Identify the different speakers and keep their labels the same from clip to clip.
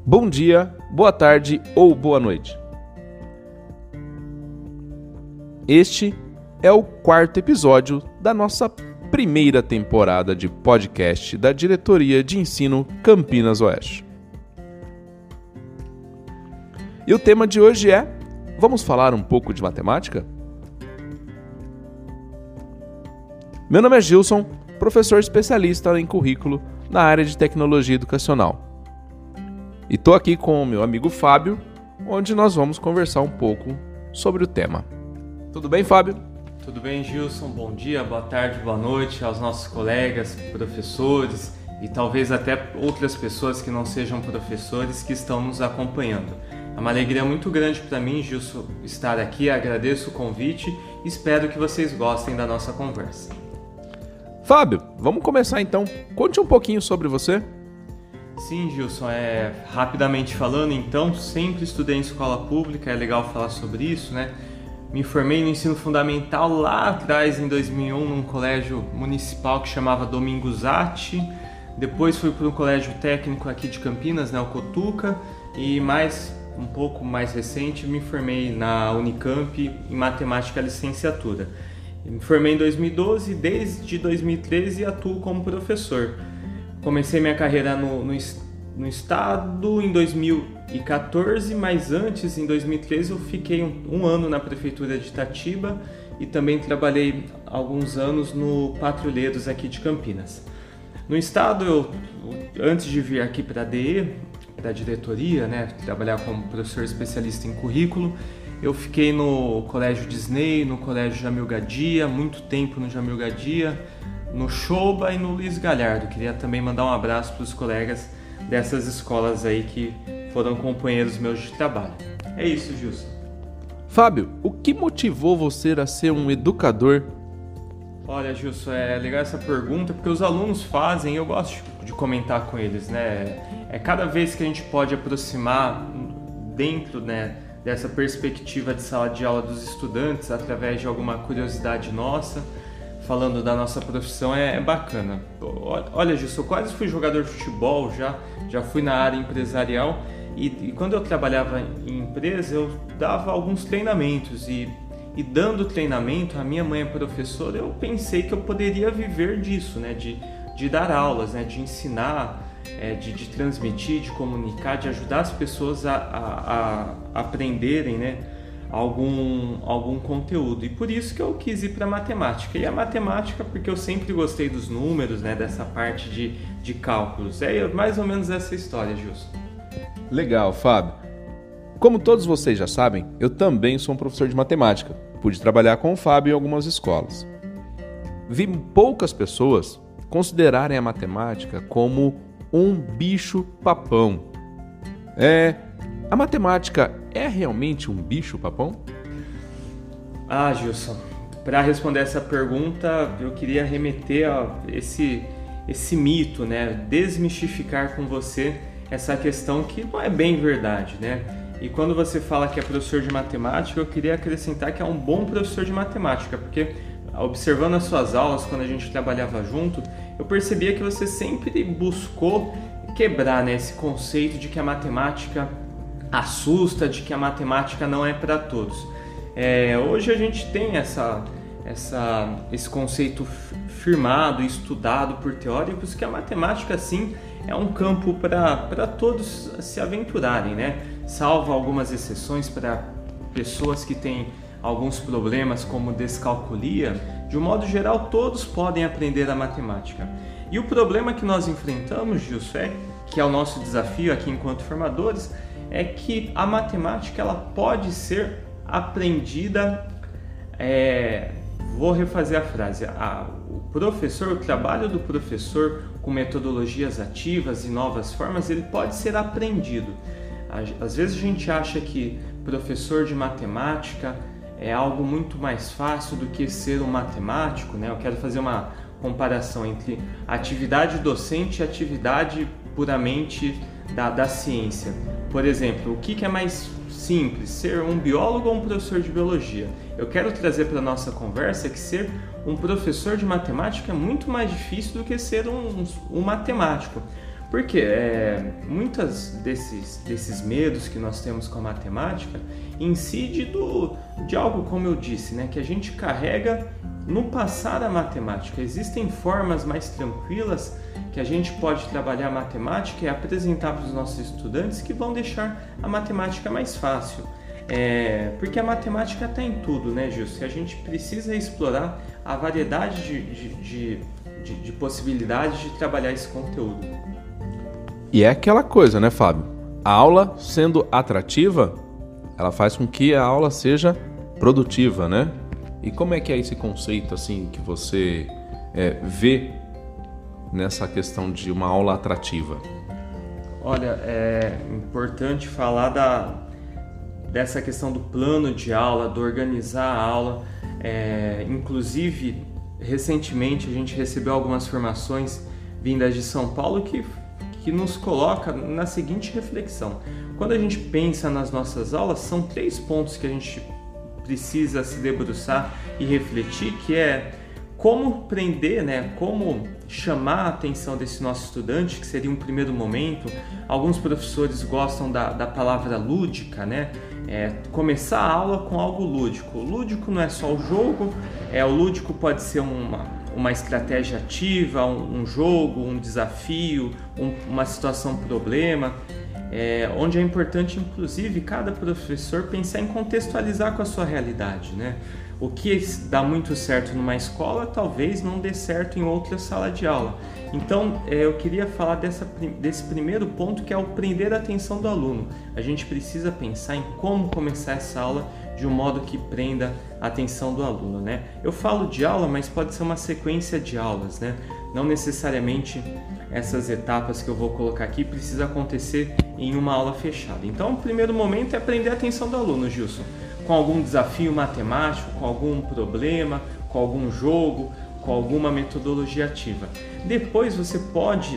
Speaker 1: Bom dia, boa tarde ou boa noite. Este é o quarto episódio da nossa primeira temporada de podcast da Diretoria de Ensino Campinas Oeste. E o tema de hoje é: vamos falar um pouco de matemática? Meu nome é Gilson, professor especialista em currículo na área de tecnologia educacional. E estou aqui com o meu amigo Fábio, onde nós vamos conversar um pouco sobre o tema. Tudo bem, Fábio?
Speaker 2: Tudo bem, Gilson? Bom dia, boa tarde, boa noite aos nossos colegas, professores e talvez até outras pessoas que não sejam professores que estão nos acompanhando. É uma alegria muito grande para mim, Gilson, estar aqui. Agradeço o convite e espero que vocês gostem da nossa conversa.
Speaker 1: Fábio, vamos começar então. Conte um pouquinho sobre você.
Speaker 2: Sim, Gilson, rapidamente falando, então, sempre estudei em escola pública, é legal falar sobre isso, né? Me formei no ensino fundamental lá atrás, em 2001, num colégio municipal que chamava Domingos Atti. Depois fui para um colégio técnico aqui de Campinas, né, o Cotuca, e um pouco mais recente, me formei na Unicamp em matemática licenciatura. Me formei em 2012 e desde 2013 atuo como professor. Comecei minha carreira no estado em 2014, mas antes, em 2013, eu fiquei um ano na prefeitura de Itatiba e também trabalhei alguns anos no Patrulheiros aqui de Campinas. No estado, antes de vir aqui para a DE, para a diretoria, né, trabalhar como professor especialista em currículo, eu fiquei no Colégio Disney, no Colégio Jamil Gadia, muito tempo no Jamil Gadia, no Choba e no Luiz Galhardo. Queria também mandar um abraço para os colegas dessas escolas aí que foram companheiros meus de trabalho. É isso, Gilson.
Speaker 1: Fábio, o que motivou você a ser um educador?
Speaker 2: Olha, Gilson, é legal essa pergunta porque os alunos fazem e eu gosto de comentar com eles, né? Cada vez que a gente pode aproximar dentro, né, dessa perspectiva de sala de aula dos estudantes através de alguma curiosidade nossa, falando da nossa profissão, é bacana. Olha, Gilson, eu quase fui jogador de futebol, já fui na área empresarial e quando eu trabalhava em empresa eu dava alguns treinamentos e dando treinamento, a minha mãe é professora, eu pensei que eu poderia viver disso, né, de dar aulas, né, de ensinar, de transmitir, de comunicar, de ajudar as pessoas a aprenderem, né, algum conteúdo. E por isso que eu quis ir para a matemática. E a matemática porque eu sempre gostei dos números, né, dessa parte de cálculos. É mais ou menos essa história, Gilson.
Speaker 1: Legal, Fábio. Como todos vocês já sabem, eu também sou um professor de matemática. Pude trabalhar com o Fábio em algumas escolas. Vi poucas pessoas considerarem a matemática como um bicho-papão. A matemática é realmente um bicho-papão?
Speaker 2: Ah, Gilson, para responder essa pergunta, eu queria remeter a esse mito, né? Desmistificar com você essa questão que não é bem verdade, né? E quando você fala que é professor de matemática, eu queria acrescentar que é um bom professor de matemática, porque observando as suas aulas, quando a gente trabalhava junto, eu percebia que você sempre buscou quebrar, né, esse conceito de que a matemática assusta, de que a matemática não é para todos. Hoje a gente tem esse conceito firmado e estudado por teóricos que a matemática, sim, é um campo para todos se aventurarem, né? Salvo algumas exceções para pessoas que têm alguns problemas como descalculia. De um modo geral, todos podem aprender a matemática. E o problema que nós enfrentamos, Gilson, que é o nosso desafio aqui enquanto formadores, é que a matemática ela pode ser aprendida, vou refazer a frase, o trabalho do professor com metodologias ativas e novas formas, ele pode ser aprendido. Às vezes a gente acha que professor de matemática é algo muito mais fácil do que ser um matemático, né? Eu quero fazer uma comparação entre atividade docente e atividade puramente da ciência. Por exemplo, o que é mais simples, ser um biólogo ou um professor de biologia? Eu quero trazer para a nossa conversa que ser um professor de matemática é muito mais difícil do que ser um matemático. Porque muitos desses medos que nós temos com a matemática incidem de algo, como eu disse, né, que a gente carrega no passar a matemática. Existem formas mais tranquilas que a gente pode trabalhar a matemática e apresentar para os nossos estudantes que vão deixar a matemática mais fácil. Porque a matemática está em tudo, né, Gilson? A gente precisa explorar a variedade de possibilidades de trabalhar esse conteúdo.
Speaker 1: E é aquela coisa, né, Fábio? A aula sendo atrativa, ela faz com que a aula seja produtiva, né? E como é que é esse conceito, assim, que você vê nessa questão de uma aula atrativa?
Speaker 2: Olha, é importante falar dessa questão do plano de aula, do organizar a aula. Inclusive, recentemente a gente recebeu algumas formações vindas de São Paulo que nos coloca na seguinte reflexão. Quando a gente pensa nas nossas aulas, são 3 pontos que a gente precisa se debruçar e refletir, que é como prender, né, como chamar a atenção desse nosso estudante, que seria um primeiro momento. Alguns professores gostam da palavra lúdica, né? Começar a aula com algo lúdico. O lúdico não é só o jogo, o lúdico pode ser uma estratégia ativa, um jogo, um desafio, uma situação problema, onde é importante, inclusive, cada professor pensar em contextualizar com a sua realidade, né? O que dá muito certo numa escola, talvez não dê certo em outra sala de aula. Então, eu queria falar desse primeiro ponto, que é o prender a atenção do aluno. A gente precisa pensar em como começar essa aula de um modo que prenda a atenção do aluno, né? Eu falo de aula, mas pode ser uma sequência de aulas, né? Não necessariamente essas etapas que eu vou colocar aqui precisam acontecer em uma aula fechada. Então, o primeiro momento é prender a atenção do aluno, Gilson, com algum desafio matemático, com algum problema, com algum jogo, com alguma metodologia ativa. Depois você pode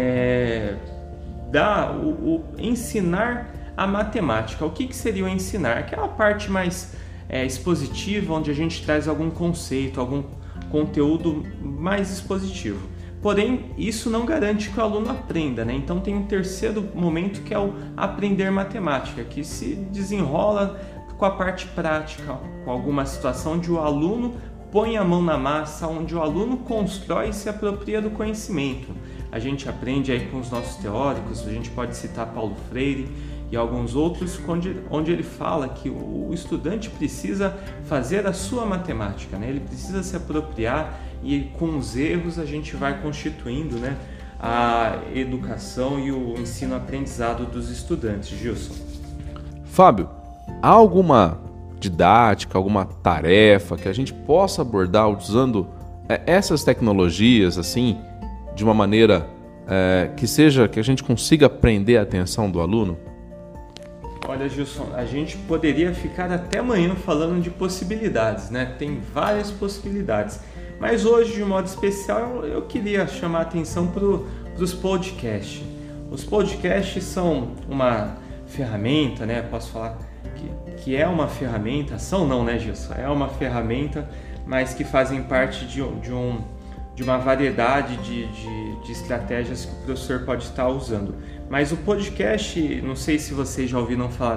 Speaker 2: ensinar a matemática. O que seria o ensinar? Aquela parte mais expositiva, onde a gente traz algum conceito, algum conteúdo mais expositivo. Porém, isso não garante que o aluno aprenda, né? Então tem um terceiro momento, que é o aprender matemática, que se desenrola com a parte prática, com alguma situação onde o aluno põe a mão na massa, onde o aluno constrói e se apropria do conhecimento. A gente aprende aí com os nossos teóricos, a gente pode citar Paulo Freire e alguns outros, onde ele fala que o estudante precisa fazer a sua matemática, né? Ele precisa se apropriar, e com os erros a gente vai constituindo, né, a educação e o ensino-aprendizado dos estudantes. Gilson.
Speaker 1: Fábio, há alguma didática, alguma tarefa que a gente possa abordar usando essas tecnologias assim, de uma maneira que a gente consiga prender a atenção do aluno?
Speaker 2: Olha, Gilson, a gente poderia ficar até amanhã falando de possibilidades, né? Tem várias possibilidades. Mas hoje, de modo especial, eu queria chamar a atenção para os podcasts. Os podcasts são uma ferramenta, né? Posso falar que é uma ferramenta, são não, né, Gilson? É uma ferramenta, mas que fazem parte de uma variedade de estratégias que o professor pode estar usando. Mas o podcast, não sei se vocês já ouviram falar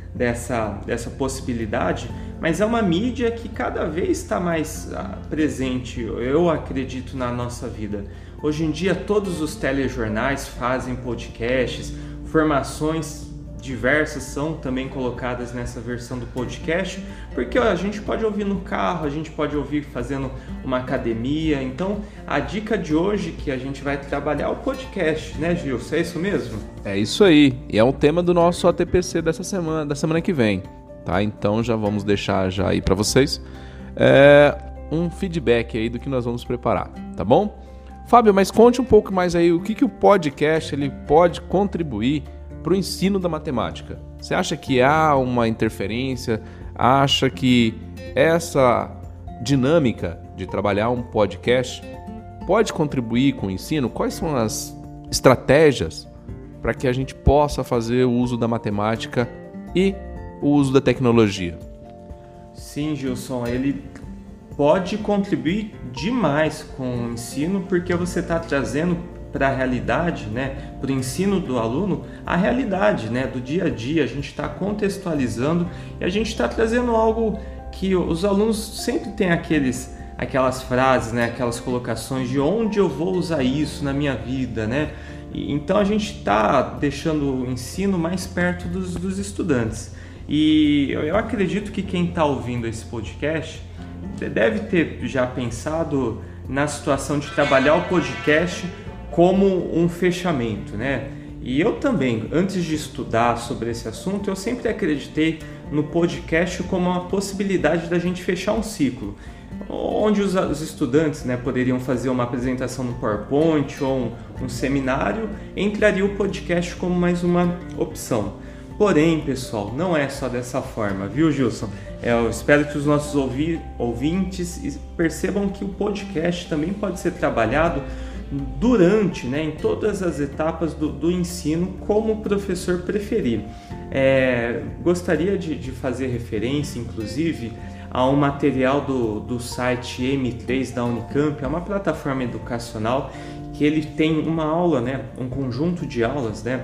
Speaker 2: dessa possibilidade, mas é uma mídia que cada vez está mais presente, eu acredito, na nossa vida. Hoje em dia todos os telejornais fazem podcasts, formações diversas são também colocadas nessa versão do podcast, porque a gente pode ouvir no carro, a gente pode ouvir fazendo uma academia. Então a dica de hoje que a gente vai trabalhar é o podcast, né, Gilson? É isso mesmo?
Speaker 1: É isso aí, e é um tema do nosso ATPC da semana que vem, tá? Então já vamos deixar já aí para vocês um feedback aí do que nós vamos preparar, tá bom? Fábio, mas conte um pouco mais aí o que o podcast ele pode contribuir para o ensino da matemática. Você acha que há uma interferência? Acha que essa dinâmica de trabalhar um podcast pode contribuir com o ensino? Quais são as estratégias para que a gente possa fazer o uso da matemática e o uso da tecnologia?
Speaker 2: Sim, Gilson, ele pode contribuir demais com o ensino, porque você está trazendo para a realidade, né, para o ensino do aluno, a realidade, né, do dia a dia. A gente está contextualizando e a gente está trazendo algo que os alunos sempre têm aquelas frases, né, aquelas colocações de onde eu vou usar isso na minha vida, né? Então a gente está deixando o ensino mais perto dos estudantes. E eu acredito que quem está ouvindo esse podcast deve ter já pensado na situação de trabalhar o podcast como um fechamento, né? E eu também, antes de estudar sobre esse assunto, eu sempre acreditei no podcast como uma possibilidade da gente fechar um ciclo, onde os estudantes, né, poderiam fazer uma apresentação no PowerPoint ou um seminário, entraria o podcast como mais uma opção. Porém, pessoal, não é só dessa forma, viu, Gilson? Eu espero que os nossos ouvintes percebam que o podcast também pode ser trabalhado durante, né, em todas as etapas do ensino, como o professor preferir. Gostaria de fazer referência, inclusive, a um material do site M3 da Unicamp, é uma plataforma educacional que ele tem uma aula, né, um conjunto de aulas, né,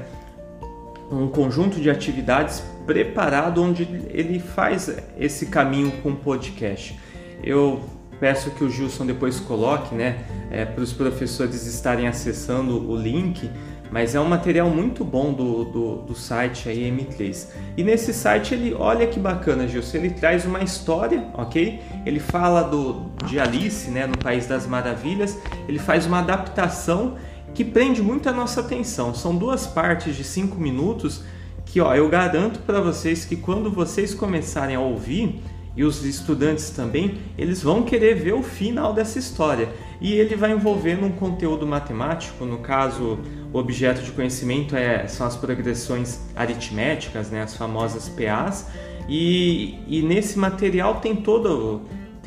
Speaker 2: um conjunto de atividades preparado onde ele faz esse caminho com o podcast. Eu peço que o Gilson depois coloque, né, para os professores estarem acessando o link, mas é um material muito bom do site aí, M3. E nesse site, olha que bacana, Gilson, ele traz uma história, ok? Ele fala de Alice, né, no País das Maravilhas, ele faz uma adaptação que prende muito a nossa atenção. São 2 partes de 5 minutos que, eu garanto para vocês que quando vocês começarem a ouvir, e os estudantes também, eles vão querer ver o final dessa história. E ele vai envolver um conteúdo matemático, no caso, o objeto de conhecimento são as progressões aritméticas, né, as famosas PAs, e nesse material tem todo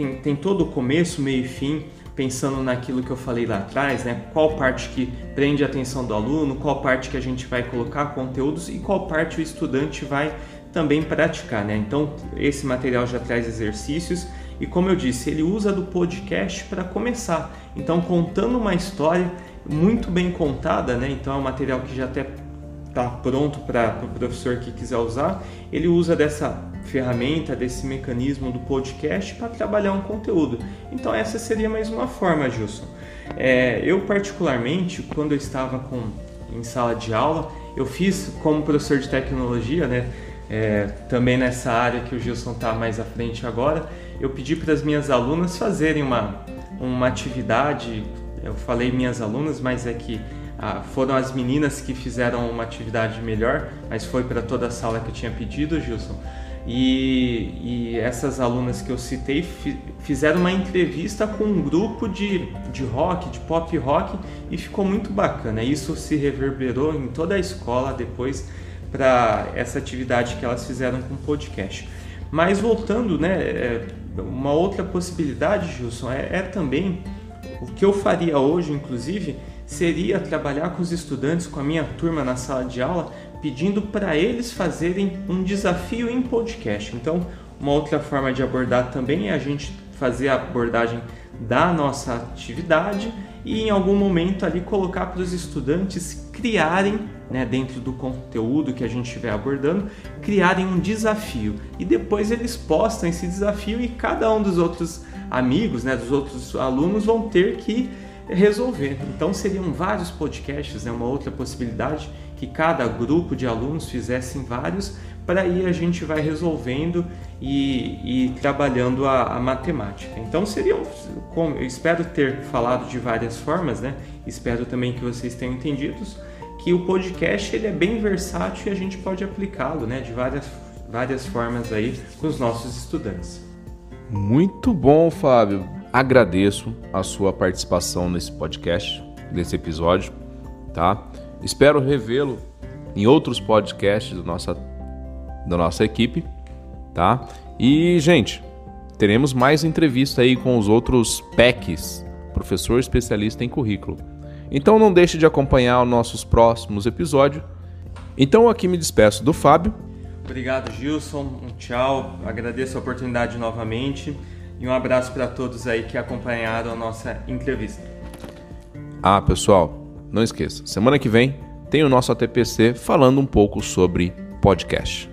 Speaker 2: o começo, meio e fim, pensando naquilo que eu falei lá atrás, né? Qual parte que prende a atenção do aluno, qual parte que a gente vai colocar conteúdos e qual parte o estudante vai também praticar, né? Então esse material já traz exercícios e, como eu disse, ele usa do podcast para começar. Então, contando uma história muito bem contada, né? Então é um material que já até está pronto para o professor que quiser usar. Ele usa dessa ferramenta, desse mecanismo do podcast para trabalhar um conteúdo. Então essa seria mais uma forma, Gilson. Eu particularmente, quando eu estava em sala de aula, eu fiz como professor de tecnologia, né? Também nessa área que o Gilson está mais à frente agora, eu pedi para as minhas alunas fazerem uma atividade. Eu falei minhas alunas, mas foram as meninas que fizeram uma atividade melhor, mas foi para toda a sala que eu tinha pedido, Gilson. E essas alunas que eu citei fizeram uma entrevista com um grupo de rock, de pop rock, e ficou muito bacana. Isso se reverberou em toda a escola depois para essa atividade que elas fizeram com o podcast. Mas voltando, né, uma outra possibilidade, Gilson, também o que eu faria hoje, inclusive, seria trabalhar com os estudantes, com a minha turma na sala de aula, pedindo para eles fazerem um desafio em podcast. Então, uma outra forma de abordar também é a gente fazer a abordagem da nossa atividade e em algum momento ali colocar para os estudantes criarem, né, dentro do conteúdo que a gente estiver abordando, criarem um desafio. E depois eles postam esse desafio e cada um dos outros amigos, né, dos outros alunos vão ter que resolver. Então seriam vários podcasts, né, uma outra possibilidade, que cada grupo de alunos fizessem vários, para aí a gente vai resolvendo e trabalhando a matemática. Então eu espero ter falado de várias formas, né? Espero também que vocês tenham entendido que o podcast ele é bem versátil e a gente pode aplicá-lo, né, de várias formas aí com os nossos estudantes.
Speaker 1: Muito bom, Fábio. Agradeço a sua participação nesse podcast, nesse episódio, tá? Espero revê-lo em outros podcasts da nossa equipe, tá? E, gente, teremos mais entrevista aí com os outros PECs, professor especialista em currículo. Então não deixe de acompanhar os nossos próximos episódios. Então aqui me despeço do Fábio.
Speaker 2: Obrigado, Gilson. Um tchau. Agradeço a oportunidade novamente e um abraço para todos aí que acompanharam a nossa entrevista.
Speaker 1: Pessoal, não esqueça, semana que vem tem o nosso ATPC falando um pouco sobre podcast.